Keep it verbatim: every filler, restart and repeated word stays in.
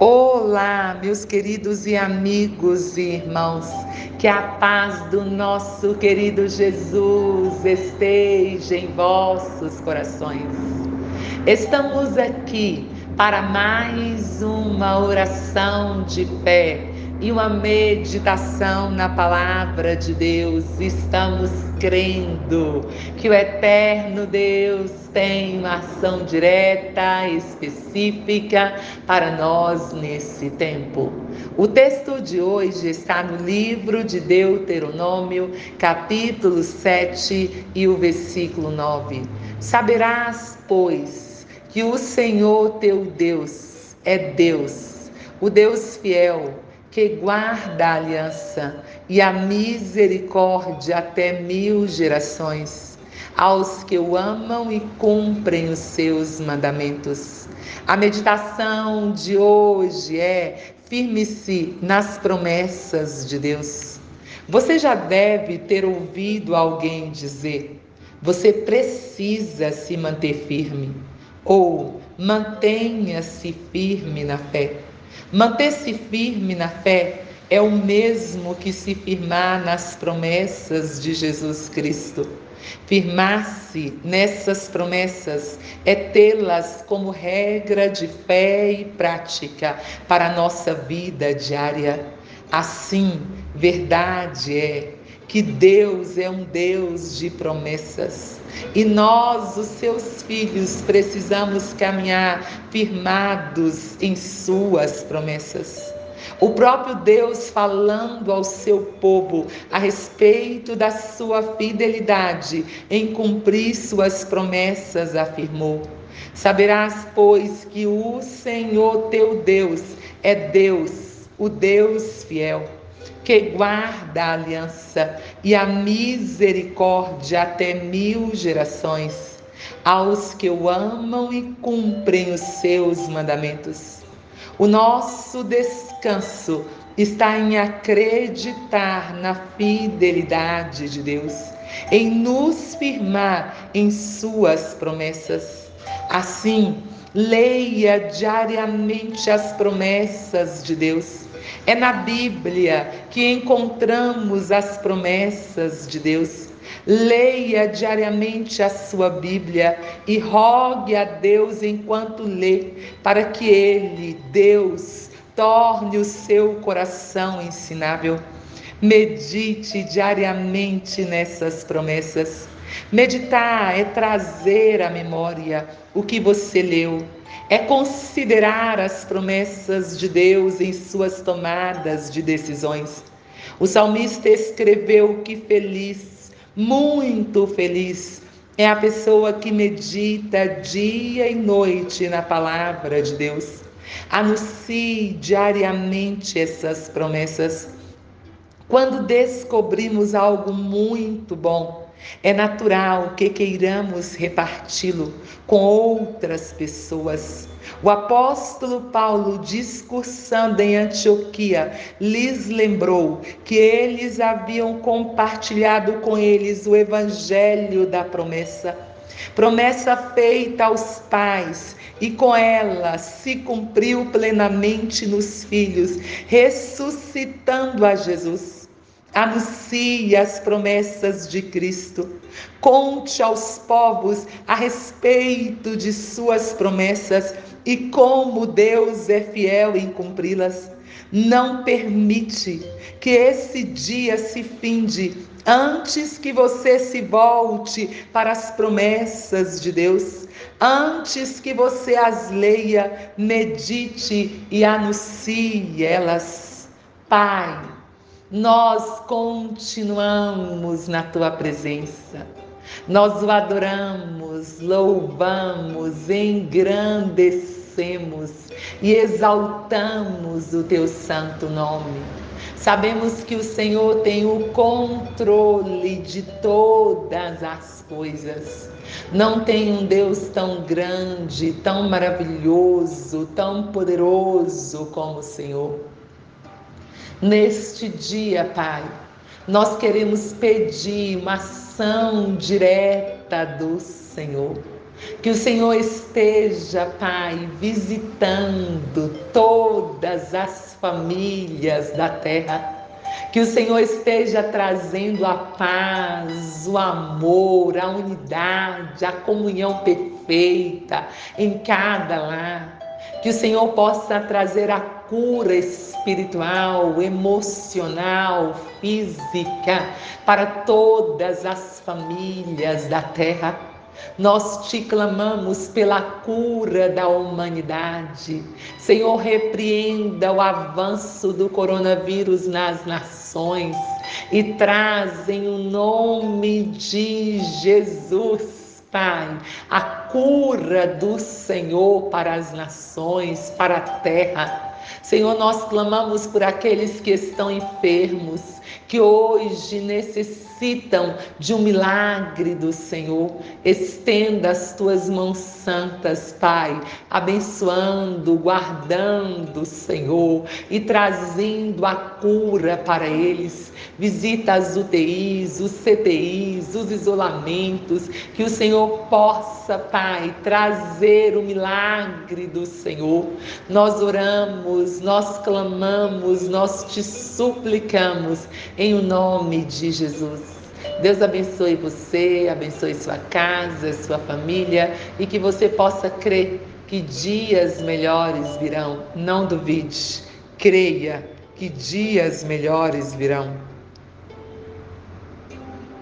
Olá, meus queridos e amigos e irmãos, que a paz do nosso querido Jesus esteja em vossos corações. Estamos aqui para mais uma oração de fé e uma meditação na palavra de Deus. Estamos crendo que o eterno Deus tem uma ação direta, específica para nós nesse tempo. O texto de hoje está no livro de Deuteronômio, capítulo sete e o versículo nove. Saberás, pois, que o Senhor teu Deus é Deus, o Deus fiel, que guarda a aliança e a misericórdia até mil gerações, aos que o amam e cumprem os seus mandamentos. A meditação de hoje é: firme-se nas promessas de Deus. Você já deve ter ouvido alguém dizer: você precisa se manter firme, ou mantenha-se firme na fé. Manter-se firme na fé é o mesmo que se firmar nas promessas de Jesus Cristo. Firmar-se nessas promessas é tê-las como regra de fé e prática para a nossa vida diária. Assim, verdade é que Deus é um Deus de promessas e nós, os seus filhos, precisamos caminhar firmados em suas promessas. O próprio Deus, falando ao seu povo a respeito da sua fidelidade em cumprir suas promessas, afirmou: saberás, pois, que o Senhor teu Deus é Deus, o Deus fiel, que guarda a aliança e a misericórdia até mil gerações, aos que o amam e cumprem os seus mandamentos. O nosso descanso está em acreditar na fidelidade de Deus, em nos firmar em suas promessas. Assim, leia diariamente as promessas de Deus. É na Bíblia que encontramos as promessas de Deus. Leia diariamente a sua Bíblia e rogue a Deus enquanto lê, para que Ele, Deus, torne o seu coração ensinável. Medite diariamente nessas promessas. Meditar é trazer à memória o que você leu, é considerar as promessas de Deus em suas tomadas de decisões. O salmista escreveu que feliz, muito feliz, é a pessoa que medita dia e noite na palavra de Deus. Anuncie diariamente essas promessas. Quando descobrimos algo muito bom, é natural que queiramos reparti-lo com outras pessoas. O apóstolo Paulo, discursando em Antioquia, lhes lembrou que eles haviam compartilhado com eles o evangelho da promessa. Promessa feita aos pais, e com ela se cumpriu plenamente nos filhos, ressuscitando a Jesus. Anuncie as promessas de Cristo. Conte aos povos a respeito de suas promessas e como Deus é fiel em cumpri-las. Não permite que esse dia se finde antes que você se volte para as promessas de Deus. Antes que você as leia, medite e anuncie elas. Pai, nós continuamos na tua presença. Nós o adoramos, louvamos, engrandecemos e exaltamos o teu santo nome. Sabemos que o Senhor tem o controle de todas as coisas. Não tem um Deus tão grande, tão maravilhoso, tão poderoso como o Senhor. Neste dia, Pai, nós queremos pedir uma ação direta do Senhor. Que o Senhor esteja, Pai, visitando todas as famílias da terra. Que o Senhor esteja trazendo a paz, o amor, a unidade, a comunhão perfeita em cada lar. Que o Senhor possa trazer a cura espiritual, emocional, física para todas as famílias da terra. Nós te clamamos pela cura da humanidade. Senhor, repreenda o avanço do coronavírus nas nações e traz em o nome de Jesus, Pai, a cura do Senhor para as nações, para a terra. Senhor, nós clamamos por aqueles que estão enfermos, que hoje necessitam de um milagre do Senhor. Estenda as tuas mãos santas, Pai, abençoando, guardando, Senhor, e trazendo a cura para eles. Visita as U T Is, os C T Is, os isolamentos, que o Senhor possa, Pai, trazer o milagre do Senhor. Nós oramos, nós clamamos, nós te suplicamos em o nome de Jesus. Deus abençoe você, abençoe sua casa, sua família e que você possa crer que dias melhores virão. Não duvide, creia que dias melhores virão.